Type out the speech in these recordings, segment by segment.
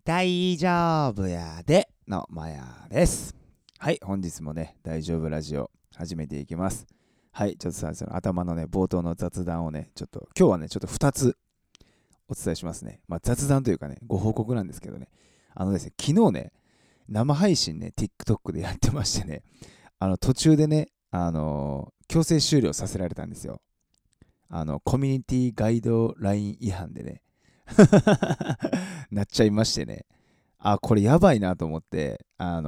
大丈夫やでのまやです。はい、本日もね、大丈夫ラジオ始めていきます。はい、ちょっとさ、その頭のね、冒頭の雑談をね、今日はね、ちょっと2つお伝えしますね。まあ、雑談というかね、ご報告なんですけどね、ですね、昨日ね、生配信ね、TikTok でやってましてね、途中でね、強制終了させられたんですよ。コミュニティガイドライン違反でね、なっちゃいましてね、これやばいなと思って、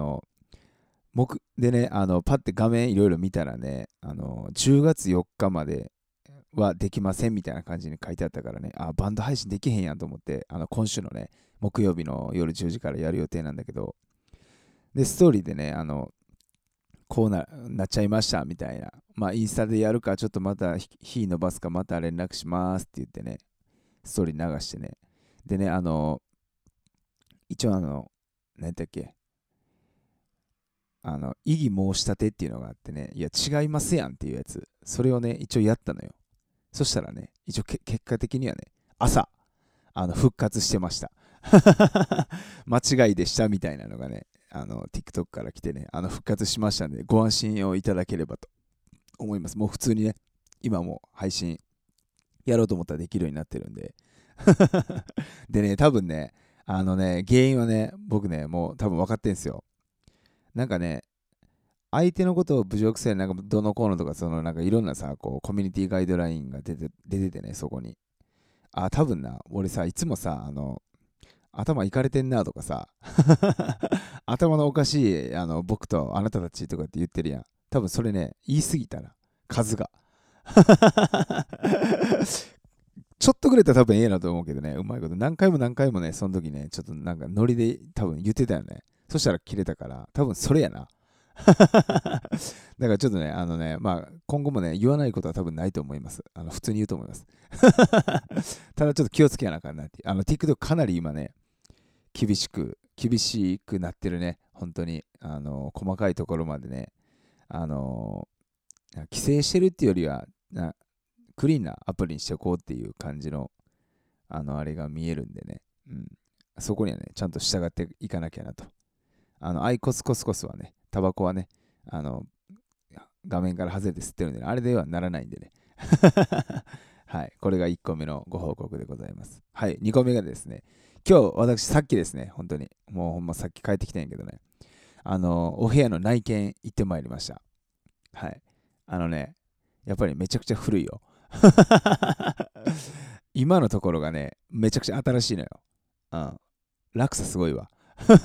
でね、パッて画面いろいろ見たらね、10月4日まではできませんみたいな感じに書いてあったからね、バンド配信できへんやんと思って、今週のね、木曜日の夜10時からやる予定なんだけど、で、ストーリーでね、こうなっちゃいましたみたいな、まあ、インスタでやるか、ちょっとまた日伸ばすか、また連絡しますって言ってね、ストーリー流してね、でね、一応何だっけ、異議申し立てっていうのがあってね、いや、違いますやんっていうやつ、それをね、一応やったのよ。そしたらね、一応結果的にはね、朝、復活してました。間違いでしたみたいなのがね、TikTok から来てね、復活しましたんで、ご安心をいただければと思います。もう普通にね、今もう配信やろうと思ったらできるようになってるんで。でね、多分ね、原因はね、僕ね、もう多分分かってんすよ。なんかね、相手のことを侮辱せる、なんかどのコーナーとか、そのなんかいろんなさ、こう、コミュニティガイドラインが出ててね、そこに。多分な、俺さ、いつもさ、頭いかれてんなとかさ、頭のおかしい、僕とあなたたちとかって言ってるやん。多分それね、言い過ぎたな、数が。ちょっとくれたら多分ええなと思うけどね、うまいこと何回も何回もね、その時ね、ちょっとなんかノリで多分言ってたよね。そしたら切れたから、多分それやな。だからちょっとね、まあ、今後もね、言わないことは多分ないと思います。普通に言うと思います。ただちょっと気をつけなあかんなっていう。TikTok かなり今ね、厳しくなってるね。本当に。細かいところまでね、あの規制してるっていうよりは、クリーンなアプリにしておこうっていう感じの、あれが見えるんでね。うん。そこにはね、ちゃんと従っていかなきゃなと。アイコスコスコスはね、タバコはね、あの、画面から外れて吸ってるんで、ね、あれではならないんでね。はい。これが1個目のご報告でございます。はい。2個目がですね、今日私さっきですね、本当に、もうほんまさっき帰ってきたんやけどね、お部屋の内見行ってまいりました。はい。やっぱりめちゃくちゃ古いよ。今のところがね、めちゃくちゃ新しいのよ。うん。落差すごいわ。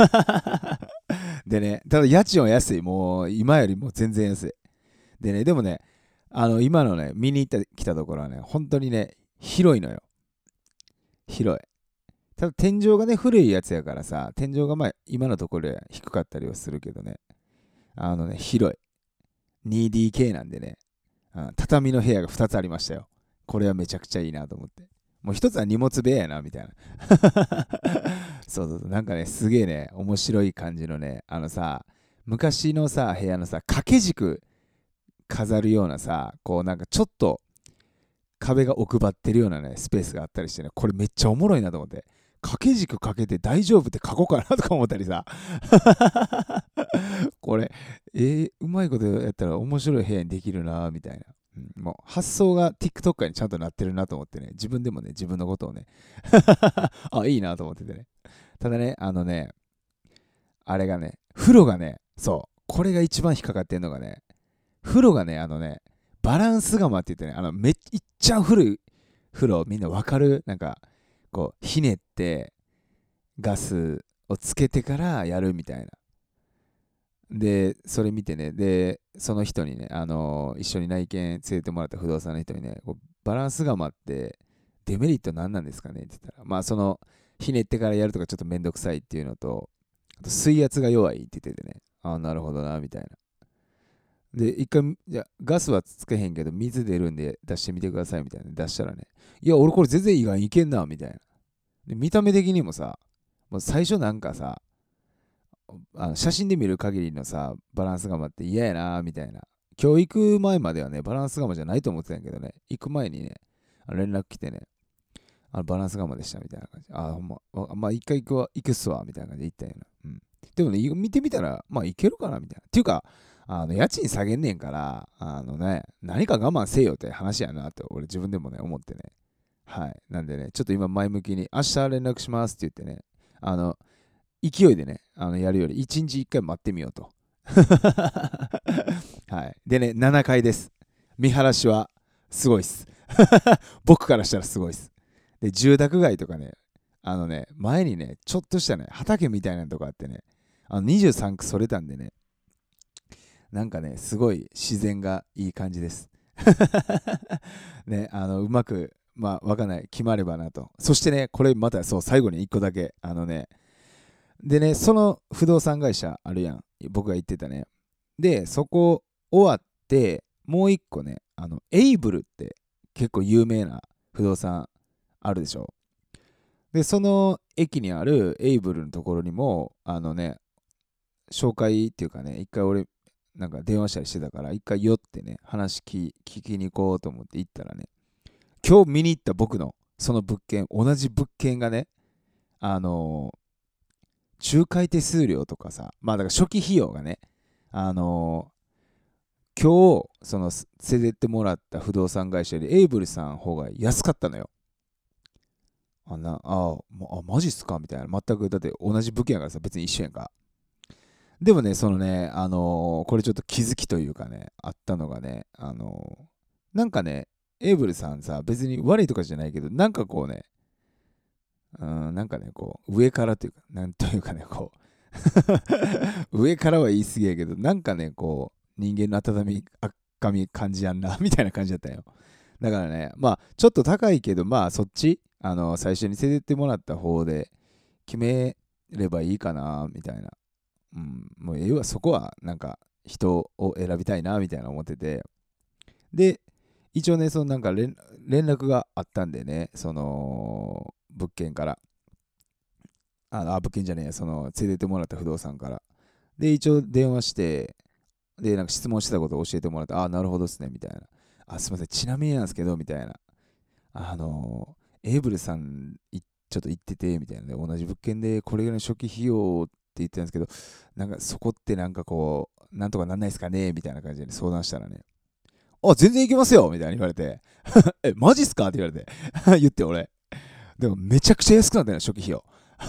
でね、ただ家賃は安い。もう今よりも全然安い。でね、でもね、今のね、見に行ってきたところはね、本当にね、広いのよ。広い。ただ天井がね、古いやつやからさ、天井がまあ今のところで低かったりはするけどね、広い。2DK なんでね、畳の部屋が2つありましたよ。これはめちゃくちゃいいなと思って。もう一つは荷物部屋やな、みたいな。そうそうそう、なんかね、すげえね、面白い感じのね、昔のさ、部屋のさ、掛け軸飾るようなさ、こうなんかちょっと壁が奥張ってるようなね、スペースがあったりしてね、これめっちゃおもろいなと思って。掛け軸かけて大丈夫って書こうかなとか思ったりさ。これ、うまいことやったら面白い部屋にできるなみたいな。もう発想が TikTok にちゃんとなってるなと思ってね、自分でもね、自分のことをね、いいなと思っててね。ただね、あれがね、風呂がね、そう、これが一番引っかかってんのがね、風呂がね、バランス釜って言ってね、いっちゃん古い風呂、みんなわかる？なんか、こう、ひねってガスをつけてからやるみたいな。で、それ見てね、で、その人にね、一緒に内見連れてもらった不動産の人にね、こうバランス釜ってデメリット何なんですかねって言ったら、まあ、ひねってからやるとかちょっとめんどくさいっていうのと、あと水圧が弱いって言っててね、なるほどな、みたいな。で、一回、じゃガスはつけへんけど、水出るんで出してみてくださいみたいな。出したらね、いや、俺これ全然意外にいけんな、みたいな。で、見た目的にもさ、もう最初なんかさ、写真で見る限りのさ、バランス釜って嫌やな、みたいな。今日行く前まではね、バランス釜じゃないと思ってたんやけどね、行く前にね、連絡来てね、 バランス我慢でしたみたいな感じ。ほんまあ一回行くっすわみたいな感じで言ったよな。うん。でもね、見てみたら、まあいけるかなみたいな。っていうか、家賃下げんねんから、何か我慢せよって話やなって、俺自分でもね、思ってね。はい。なんでね、ちょっと今前向きに、明日連絡しますって言ってね、勢いでね、やるより1日1回待ってみようと。はい。でね、7階です。見晴らしはすごいっす。僕からしたらすごいっす。で、住宅街とかね、前にね、ちょっとしたね、畑みたいなとこあってね、23区それたんでね、なんかね、すごい自然がいい感じです。ね、うまく、まあ、わかんない、決まればなと。そしてね、これまたそう、最後に1個だけ、でね、その不動産会社あるやん、僕が言ってたね。で、そこ終わって、もう1個ね、エイブルって結構有名な不動産あるでしょ。で、その駅にあるエイブルのところにも、紹介っていうかね、一回俺、なんか電話したりしてたから、一回寄ってね、聞きに行こうと思って行ったらね、今日見に行った僕のその物件、同じ物件がね、あの仲介手数料とかさ、まあだから初期費用がね、あの今日、連れてってもらった不動産会社よりエイブルさん方が安かったのよ。マジっすかみたいな。全く、だって同じ物件やからさ、別に一緒やんか。でもね、これちょっと気づきというかね、あったのがね、なんかね、エイブルさんさ、別に悪いとかじゃないけど、なんかこうね、なんかね、こう、上からというか、なんというかね、こう、上からは言い過ぎやけど、なんかね、こう、人間の赤み感じやんな、みたいな感じだったよ。だからね、まあ、ちょっと高いけど、まあ、そっち、最初に連れてってもらった方で決めればいいかな、みたいな。うん、もう、要はそこは、なんか、人を選びたいな、みたいな思ってて。で、一応ね、なんか連絡があったんでね、物件から。物件じゃねえや、連れてってもらった不動産から。で、一応電話して、で、なんか質問してたことを教えてもらって、なるほどっすね、みたいな。すいません、ちなみになんですけど、みたいな。エイブルさん、ちょっと行ってて、みたいなね、同じ物件でこれぐらいの初期費用って言ってたんですけど、なんかそこってなんかこう、なんとかなんないですかねみたいな感じで相談したらね、全然行けますよみたいに言われて、マジっすかって言われて、言って俺。でもめちゃくちゃ安くなったよ、初期費用。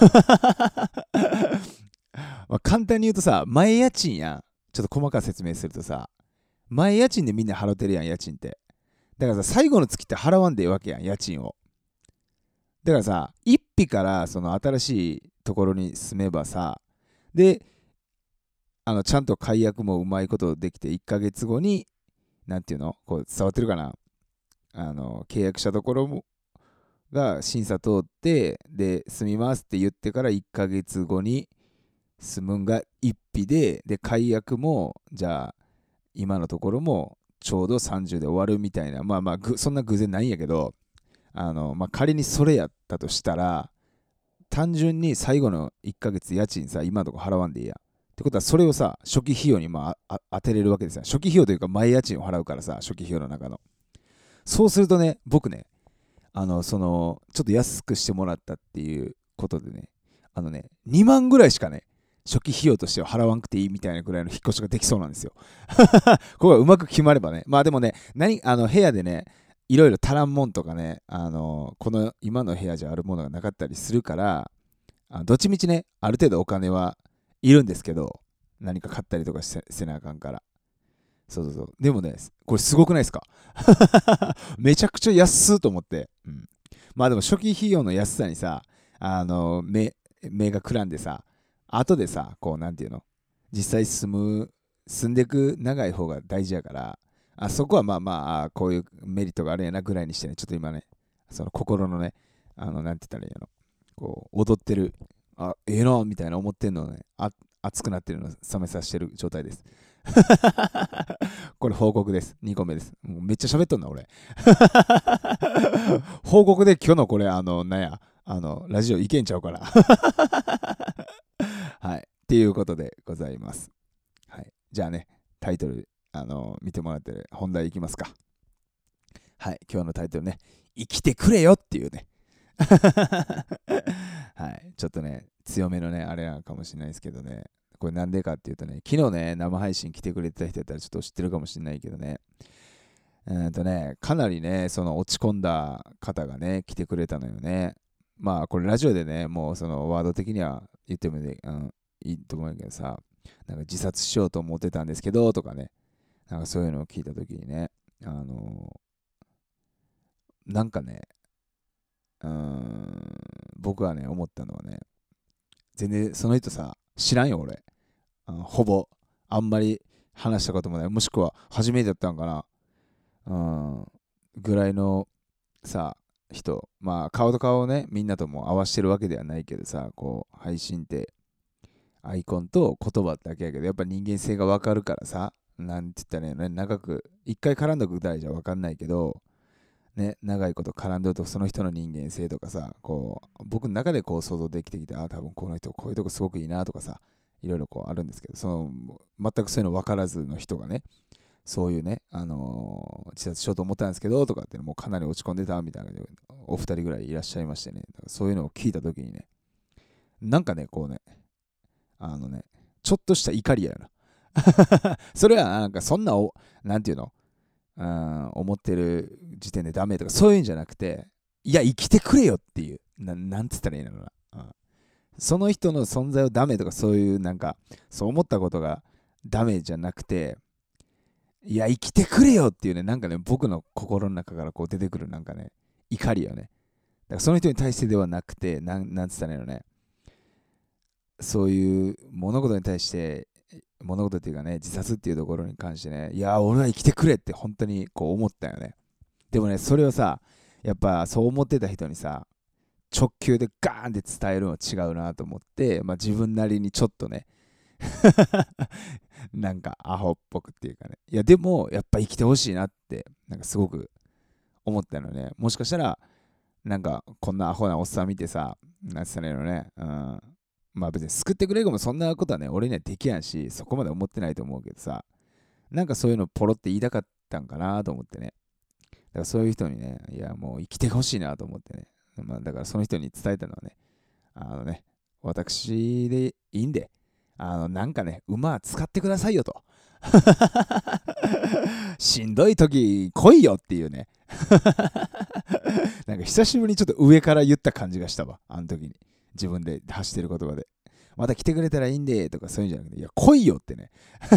まあ簡単に言うとさ、前家賃やん。ちょっと細かく説明するとさ、前家賃でみんな払ってるやん、家賃って。だからさ、最後の月って払わんでいいわけやん、家賃を。だからさ、一匹からその新しいところに住めばさ、で、ちゃんと解約もうまいことできて、1ヶ月後に、なんていうのこう伝わってるかな、契約したところもが審査通って、で、住みますって言ってから1ヶ月後に住むんが一匹で、解約も、じゃあ、今のところもちょうど30で終わるみたいな、まあまあ、そんな偶然ないんやけど、まあ、仮にそれやったとしたら、単純に最後の1ヶ月家賃さ、今のとこ払わんでいいや。ってことは、それをさ、初期費用に当てれるわけですよ。初期費用というか、前家賃を払うからさ、初期費用の中の。そうするとね、僕ね、ちょっと安くしてもらったっていうことでね、2万ぐらいしかね、初期費用としては払わんくていいみたいなぐらいの引っ越しができそうなんですよ。ここがうまく決まればね。まあでもね、部屋でね、いろいろ足らんもんとかね、この今の部屋じゃあるものがなかったりするから、どっちみちね、ある程度お金はいるんですけど、何か買ったりとかせなあかんから。そうそうそう。でもね、これすごくないですか？めちゃくちゃ安っと思って。うん。まあでも初期費用の安さにさ、目がくらんでさ、後でさ、こうなんていうの、実際住んでく長い方が大事やから、そこはまあまあ、こういうメリットがあるんやなぐらいにしてね、ちょっと今ね、その心のね、なんて言ったらいいの、こう、踊ってる、ええなみたいな思ってんのをね、熱くなってるのを冷めさせてる状態です。これ報告です。2個目です。もうめっちゃ喋っとんな、俺。報告で今日のこれ、なんや、ラジオいけんちゃうから。はい。っていうことでございます。はい。じゃあね、タイトル、見てもらって本題いきますか。はい。今日のタイトルね、生きてくれよっていうね。 はい。ちょっとね、強めのね、あれなのかもしれないですけどね。これなんでかっていうとね、昨日ね、生配信来てくれてた人やったらちょっと知ってるかもしれないけどね。かなりね、その落ち込んだ方がね、来てくれたのよね。まあ、これラジオでね、もうそのワード的には言ってもね、いいと思うんだけどさ、なんか自殺しようと思ってたんですけど、とかね、なんかそういうのを聞いたときにね、あのなんかね、僕はね、思ったのはね、全然その人さ、知らんよ、俺。ほぼ、あんまり話したこともない、もしくは初めてだったんかな、うん、ぐらいのさ、人、まあ、顔と顔をね、みんなとも合わせてるわけではないけどさ、こう、配信ってアイコンと言葉だけやけど、やっぱ人間性がわかるからさ、なんて言ったらいいのね、長く、一回絡んどくぐらいじゃわかんないけど、ね、長いこと絡んでるとその人の人間性とかさ、こう、僕の中でこう想像できてきて、多分この人こういうとこすごくいいなとかさ、いろいろこうあるんですけど、全くそういうの分からずの人がね、そういうね、自殺しようと思ったんですけど、とかってもうかなり落ち込んでたみたいなお二人ぐらいいらっしゃいましてね、だからそういうのを聞いたときにね、なんかね、こうね、あのね、ちょっとした怒りやな。それはなんかそんななんていうの、思ってる時点でダメとかそういうんじゃなくて、いや生きてくれよっていう、なんつったらいいのかな、その人の存在をダメとかそういうなんかそう思ったことがダメじゃなくて、いや生きてくれよっていうね、なんかね、僕の心の中からこう出てくるなんかね、怒りよね。だからその人に対してではなくて、なんつったらいいのね、そういう物事に対して、物事っていうかね、自殺っていうところに関してね、いや俺は生きてくれって本当にこう思ったよね。でもね、それをさ、やっぱそう思ってた人にさ、直球でガーンって伝えるのは違うなと思って、まあ、自分なりにちょっとね、なんかアホっぽくっていうかね、いやでもやっぱ生きてほしいなって、なんかすごく思ったのね。もしかしたら、なんかこんなアホなおっさん見てさ、なんつったらいいのね、まあ別に救ってくれるかもそんなことはね、俺にはできやんし、そこまで思ってないと思うけどさ、なんかそういうのポロって言いたかったんかなと思ってね。だからそういう人にね、いやもう生きてほしいなと思ってね。まあだからその人に伝えたのはね、あのね、私でいいんで、なんかね、馬は使ってくださいよと。しんどい時来いよっていうね。なんか久しぶりにちょっと上から言った感じがしたわ、あの時に。自分で発してる言葉で。また来てくれたらいいんでとかそういうんじゃなくて、いや、来いよってね。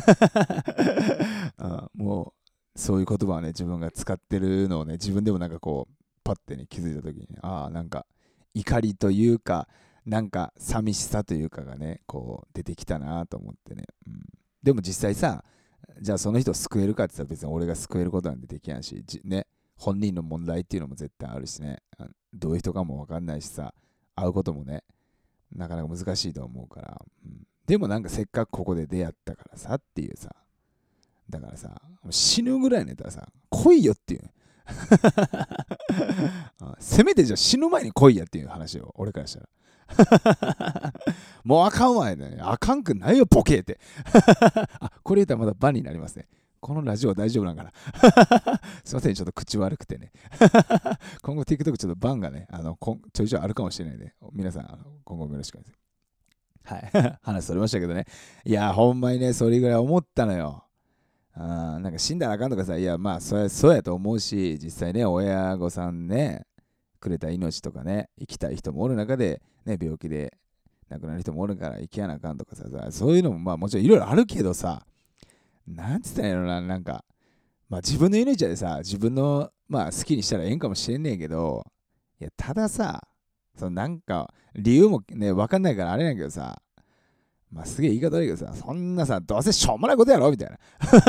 もう、そういう言葉をね、自分が使ってるのをね、自分でもなんかこう、パッてね、気づいた時に、なんか、怒りというか、なんか寂しさというかがね、こう出てきたなと思ってね。でも実際さ、じゃあその人を救えるかって言ったら別に俺が救えることなんてできやんし、ね、本人の問題っていうのも絶対あるしね、どういう人かも分かんないしさ、会うこともね、なかなか難しいと思うから、でもなんかせっかくここで出会ったからさっていうさ、だからさ、死ぬぐらいのやったらさ、来いよっていう。せめてじゃあ死ぬ前に来いやっていう話を、俺からしたら。もうあかんわいね。あかんくないよ、ボケって。これ言ったらまだバンになりますね。このラジオは大丈夫なんかな。すいません、ちょっと口悪くてね。今後 TikTok ちょっとバンがね、ちょいちょいあるかもしれないんで、皆さん、今後もよろしくお願いします。はい。話それましたけどね。いや、ほんまにね、それぐらい思ったのよ。なんか死んだらあかんとかさ、いや、まあ、そうやと思うし、実際ね、親御さんね、くれた命とかね、生きたい人もおる中で、ね、病気で亡くなる人もおるから生きやなあかんとかさ、そういうのもまあもちろんいろいろあるけどさ、なんつったらいいのな、なんか、まあ自分の命でさ、自分の、まあ好きにしたらええんかもしれんねんけど、いや、たださ、なんか、理由もね、わかんないからあれなんやけどさ、まあすげえ言い方悪いけどさ、そんなさ、どうせしょうもないことやろみたいな。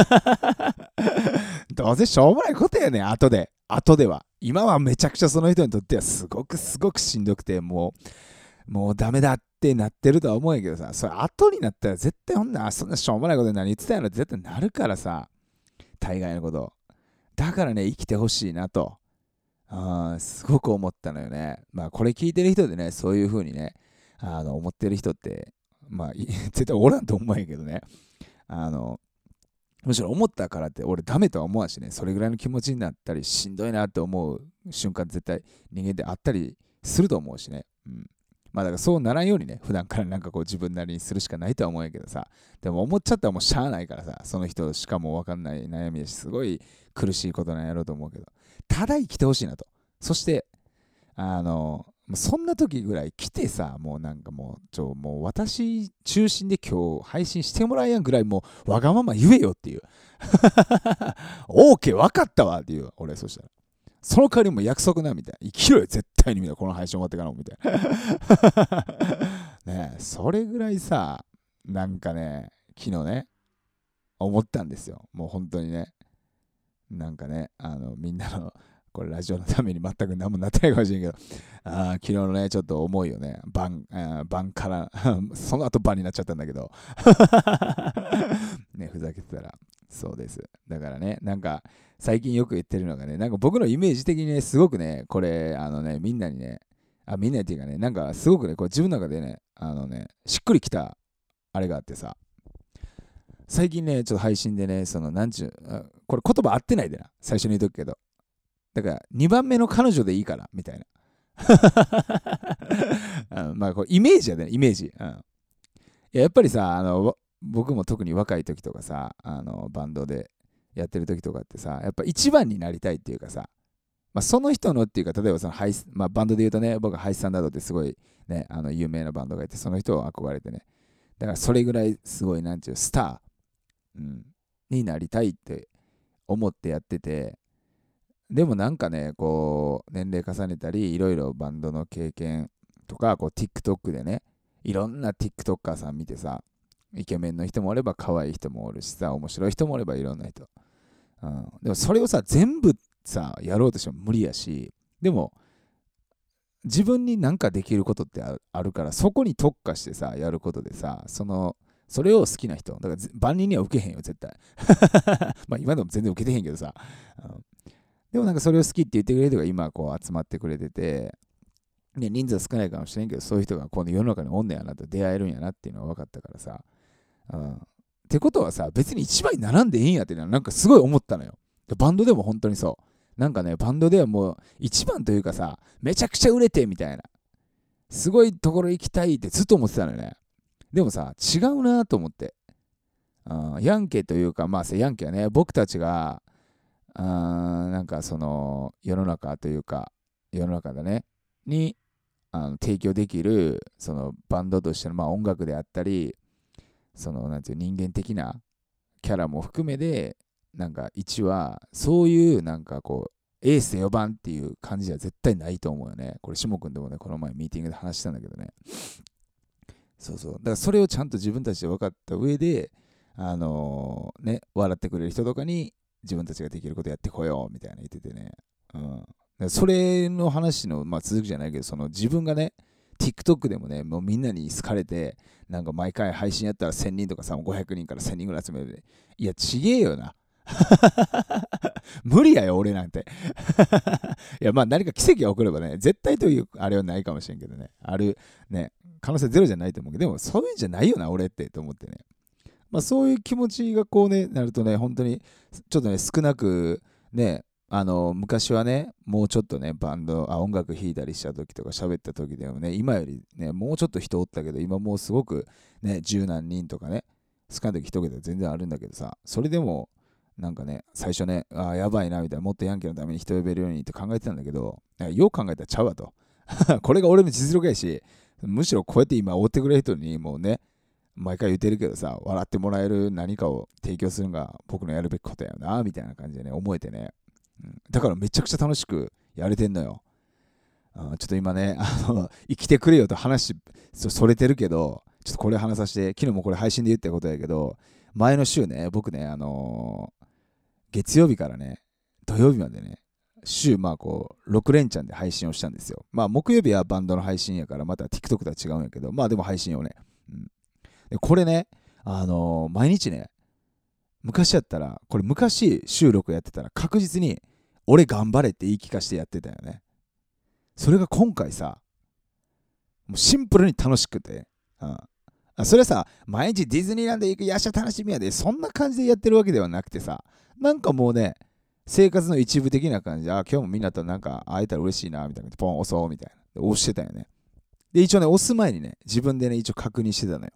どうせしょうもないことやねん、後では。今はめちゃくちゃその人にとってはすごくすごくしんどくて、もうダメだってなってるとは思うんやけどさ、それ後になったら絶対そんなしょうもないことに何言ってたんやろって絶対なるからさ、大概のこと。だからね、生きてほしいなと。すごく思ったのよね。まあこれ聞いてる人でね、そういう風にね、思ってる人って、まあ絶対おらんと思うんやけどね。あの、むしろ思ったからって俺ダメとは思わんしね、それぐらいの気持ちになったりしんどいなって思う瞬間絶対人間ってあったりすると思うしね。まあだからそうならんようにね、普段からなんかこう自分なりにするしかないとは思うんやけどさ、でも思っちゃったらもうしゃあないからさ、その人しかも分かんない悩みだし、すごい苦しいことなんやろうと思うけど、ただ生きてほしいなと。そして、そんな時ぐらい来てさ、もうなんかもう私中心で今日配信してもらえやんぐらいもうわがまま言えよっていう。OK 分かったわっていう、俺そしたら。その代わりも約束なみたいな。生きろよ、絶対にみたいな。この配信終わってからもみたいな。ねえ、それぐらいさ、なんかね、昨日ね、思ったんですよ。もう本当にね。なんかね、みんなの、これラジオのために全く何もなってないかもしれんけど、昨日のね、ちょっと重いよね。晩から、その後晩になっちゃったんだけど、ね、ふざけてたら、そうです。だからね、なんか、最近よく言ってるのがね、なんか僕のイメージ的にね、すごくね、これ、みんなにね、みんなっていうかね、なんかすごくね、こう自分の中でね、しっくりきたあれがあってさ、最近ね、ちょっと配信でね、なんちゅう、これ言葉合ってないでな、最初に言うとくけど、だから2番目の彼女でいいから、みたいな。まあこうイメージやで、ね、イメージ。やっぱりさ、僕も特に若い時とかさ、バンドでやってる時とかってさ、やっぱ一番になりたいっていうかさ、まあ、その人のっていうか、例えばバンドで言うとね、僕はハイスタンダードってすごいね、有名なバンドがいて、その人を憧れてね、だからそれぐらいすごい、なんていう、スター、になりたいって思ってやってて、でもなんかね、こう、年齢重ねたり、いろいろバンドの経験とか、こう、TikTok でね、いろんな TikToker さん見てさ、イケメンの人もおれば、可愛い人もおるしさ、面白い人もおれば、いろんな人。でもそれをさ、全部さ、やろうとしても無理やし、でも、自分になんかできることってあるから、そこに特化してさ、やることでさ、それを好きな人、だから万人には受けへんよ、絶対。まあ今でも全然受けてへんけどさ、でもなんかそれを好きって言ってくれる人が今こう集まってくれてて、ね、人数は少ないかもしれんけど、そういう人がこの世の中におんねやなと出会えるんやなっていうのが分かったからさ。ってことはさ、別に一番に並んでいいんやっていうのはなんかすごい思ったのよ。でバンドでも本当にそう。なんかね、バンドではもう一番というかさ、めちゃくちゃ売れてみたいな。すごいところ行きたいってずっと思ってたのよね。でもさ、違うなと思って。ヤンケというか、まあヤンケはね、僕たちが、なんか世の中というか、世の中だね、に提供できるそのバンドとしての、まあ、音楽であったり、なんていう人間的なキャラも含めで、なんか1はそういうなんかこうエースで4番っていう感じは絶対ないと思うよね。これ下君でもね、この前ミーティングで話したんだけどね。そうそう。だからそれをちゃんと自分たちで分かった上で、笑ってくれる人とかに自分たちができることやってこようみたいな言っててね。それの話の、まあ、続きじゃないけど、自分がね、TikTok でもね、もうみんなに好かれて、なんか毎回配信やったら1000人とかさ、500人から1000人ぐらい集めるで。いや、ちげえよな。無理やよ、俺なんて。いや、まあ何か奇跡が起こればね、絶対というあれはないかもしれんけどね。ある、ね、可能性ゼロじゃないと思うけど、でもそういうんじゃないよな、俺ってと思ってね。まあそういう気持ちがこうね、なるとね、本当にちょっとね、少なくね、昔はね、もうちょっとね、音楽弾いたりした時とか喋った時でもね、今よりね、もうちょっと人おったけど、今もうすごくね、十何人とかね、少ない時一桁全然あるんだけどさ、それでも、なんかね、最初ね、やばいなみたいな、もっとヤンキーのために人呼べるようにって考えてたんだけど、よく考えたらちゃうわと。これが俺の実力やし、むしろこうやって今追ってくれる人にもうね、毎回言ってるけどさ、笑ってもらえる何かを提供するのが僕のやるべきことやよな、みたいな感じでね、思えてね。だからめちゃくちゃ楽しくやれてんのよ。ちょっと今ね、生きてくれよと話、それてるけど、ちょっとこれ話させて、昨日もこれ配信で言ったことやけど、前の週ね、僕ね、月曜日からね、土曜日までね、週まあこう6連チャンで配信をしたんですよ。まあ木曜日はバンドの配信やからまた TikTok とは違うんやけど、まあでも配信をね。でこれね、毎日ね、昔やったら、これ昔収録やってたら確実に俺頑張れって言い聞かせてやってたよね。それが今回さ、もうシンプルに楽しくて、それはさ、毎日ディズニーランド行くやっしゃ楽しみやで、そんな感じでやってるわけではなくてさ、なんかもうね、生活の一部的な感じで、今日もみんなとなんか会えたら嬉しいな、みたいな、ポン押そうみたいな。 で押してたよね。で、一応ね、押す前にね、自分でね、一応確認してたのよ。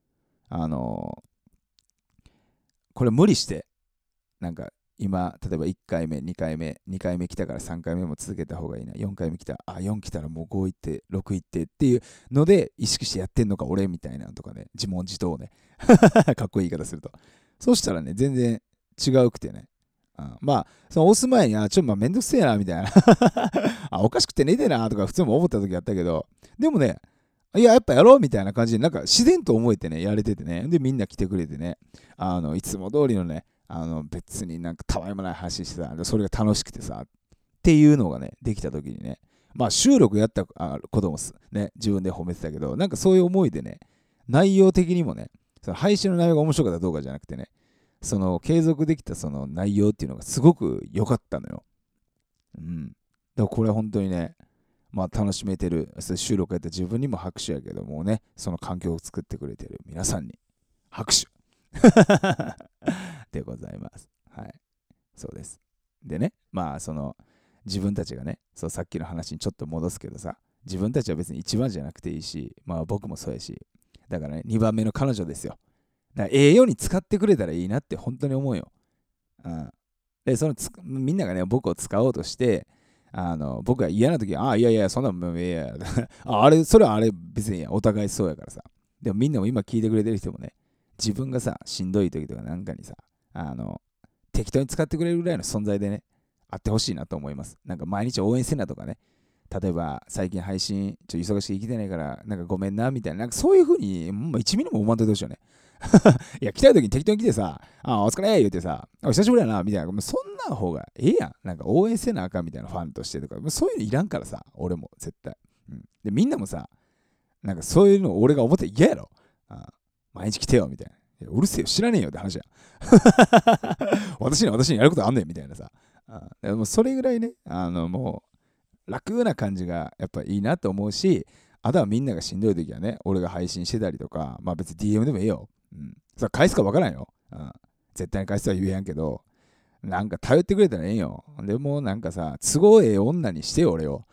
これ無理して、なんか、今、例えば1回目、2回目、2回目来たから3回目も続けた方がいいな。4回目来たら、4来たらもう5行って、6行ってっていうので、意識してやってんのか、俺みたいなのとかね、自問自答ね。かっこいい言い方すると。そうしたらね、全然違うくてね。まあ、その押す前に、ちょっとめんどくせえな、みたいな。おかしくて寝てな、とか普通も思った時あったけど、でもね、いや、やっぱやろうみたいな感じで、なんか自然と思えてね、やれててね。で、みんな来てくれてね、いつも通りのね、別になんかたわいもない話してさ、それが楽しくてさ、っていうのがね、できた時にね、まあ収録やったこともね、自分で褒めてたけど、なんかそういう思いでね、内容的にもね、その配信の内容が面白かったかどうかじゃなくてね、その継続できたその内容っていうのがすごく良かったのよ。うん。だからこれは本当にね、まあ楽しめてる、収録やった自分にも拍手やけどもね、その環境を作ってくれてる皆さんに拍手でございます。はい。そうです。でね、まあその自分たちがね、そうさっきの話にちょっと戻すけどさ、自分たちは別に一番じゃなくていいし、まあ僕もそうやし、だからね、2番目の彼女ですよ。だから栄養に使ってくれたらいいなって本当に思うよ。うん。で、みんながね、僕を使おうとして、僕が嫌な時は、いやいや、そんなんもういやいやそれはあれ別にお互いそうやからさ。でもみんなも今聞いてくれてる人もね、自分がさ、しんどい時とかなんかにさ、適当に使ってくれるぐらいの存在でね、あってほしいなと思います。なんか毎日応援せなとかね、例えば最近配信ちょっと忙しく生きてないからなんかごめんなみたいな、なんかそういう風にもう1ミリも思わんといてほしいよね。いや、来たい時に適当に来てさ、お疲れ言ってさ、久しぶりやな、みたいな。もうそんな方がええやん。なんか応援せなあかんみたいなファンとしてとか、もうそういうのいらんからさ、俺も絶対。うん、で、みんなもさ、なんかそういうの俺が思って嫌やろ。毎日来てよ、みたいな。いやうるせえよ、知らねえよって話や。私にやることあんねん、みたいなさ。でもそれぐらいね、もう楽な感じがやっぱいいなと思うし、あとはみんながしんどい時はね、俺が配信してたりとか、まあ別に DM でもいいよ。うん。さ、返すかわからんよ。絶対に返すとは言えやんけど、なんか頼ってくれたらええんよ。でもなんかさ、都合ええ女にしてよ、俺を。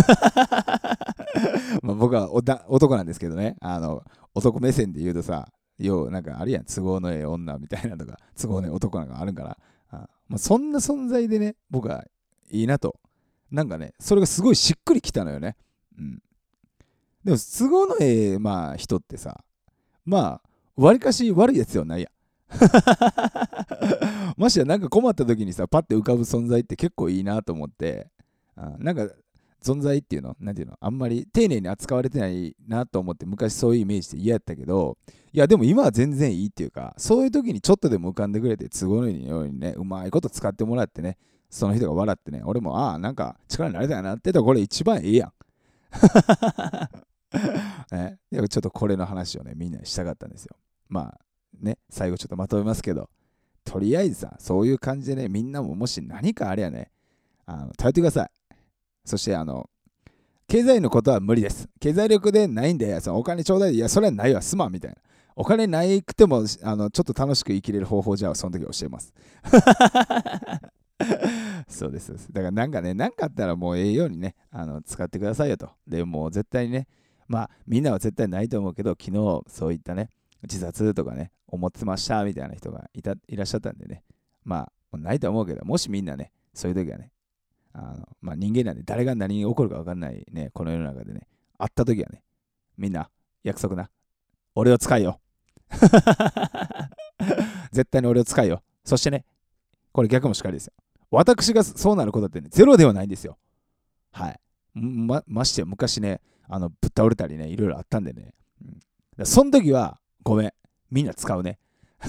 まあ僕は男なんですけどね、男目線で言うとさ、なんかあるやん、都合のええ女みたいなとか、都合のええ男なんかあるから、まあ、そんな存在でね、僕はいいなと。なんかね、それがすごいしっくりきたのよね。うん。でも、都合のええ、まあ、人ってさ、まあ、わりかし悪いやつではないやん。ましてやなんか困った時にさ、パッて浮かぶ存在って結構いいなと思って、なんか存在っていうの、なんていうの、あんまり丁寧に扱われてないなと思って昔そういうイメージで嫌やったけど、いやでも今は全然いいっていうか、そういう時にちょっとでも浮かんでくれて都合のいいようにね、うまいこと使ってもらってね、その人が笑ってね、俺もなんか力になれたよなって言ったらこれ一番ええやん。ね、でもちょっとこれの話をね、みんなにしたかったんですよ。まあね、最後ちょっとまとめますけど、とりあえずさ、そういう感じでね、みんなももし何かあれやね、頼ってください。そして、経済のことは無理です。経済力でないんで、そのお金ちょうだいで、いや、それはないわ、すまんみたいな。お金ないくても、ちょっと楽しく生きれる方法じゃあ、その時教えます。そうです。だからなんかね、なんかあったらもうええようにね、使ってくださいよと。で、もう絶対にね、まあ、みんなは絶対ないと思うけど、昨日そういったね、自殺とかね、思ってましたみたいな人がいらっしゃったんでね、まあ、ないと思うけど、もしみんなね、そういう時はね、まあ、人間なんで誰が何に起こるか分かんないね、この世の中でね、会った時はね、みんな、約束な、俺を使いよ。絶対に俺を使いよ。そしてね、これ逆もしかりですよ。私がそうなることってね、ゼロではないんですよ。はい。ましてや昔ね、ぶっ倒れたりね、いろいろあったんでね。その時は、ごめん。みんな使うね。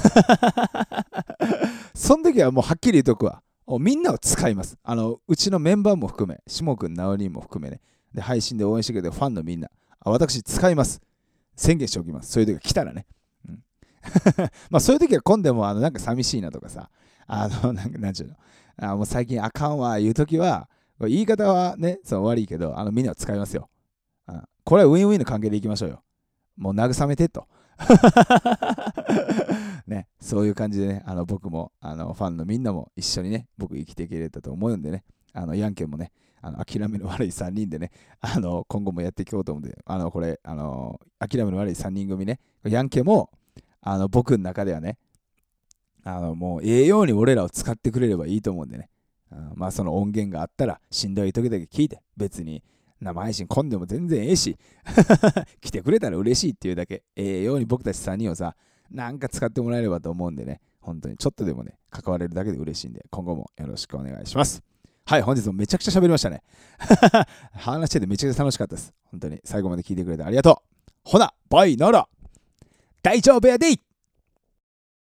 その時はもうはっきり言うとくわ。みんなを使います。うちのメンバーも含め、下くん、ナオリンも含めね。で、配信で応援してくれてるファンのみんな。私使います。宣言しておきます。そういう時が来たらね。うん、まあそういう時は今度もなんか寂しいなとかさ、なんちゅうの。もう最近あかんわ、いう時は、言い方はね、悪いけど、みんなを使いますよ。これはウィンウィンの関係でいきましょうよ。もう慰めてと。ね、そういう感じでね、僕もファンのみんなも一緒にね、僕生きていけれたと思うんでね、ヤンケンもね、 諦めの悪い3人でね、今後もやっていこうと思うんで、これ、諦めの悪い3人組ね、ヤンケも、僕の中ではね、もうええように俺らを使ってくれればいいと思うんでね、まあその音源があったらしんどい時だけ聞いて、別に生配信混んでも全然ええし来てくれたら嬉しいっていうだけ、ええように僕たち3人をさ、なんか使ってもらえればと思うんでね、本当にちょっとでもね、関われるだけで嬉しいんで、今後もよろしくお願いします。はい、本日もめちゃくちゃ喋りましたね。話しててめちゃくちゃ楽しかったです。本当に最後まで聞いてくれてありがとう。ほな、バイなら大丈夫やでい。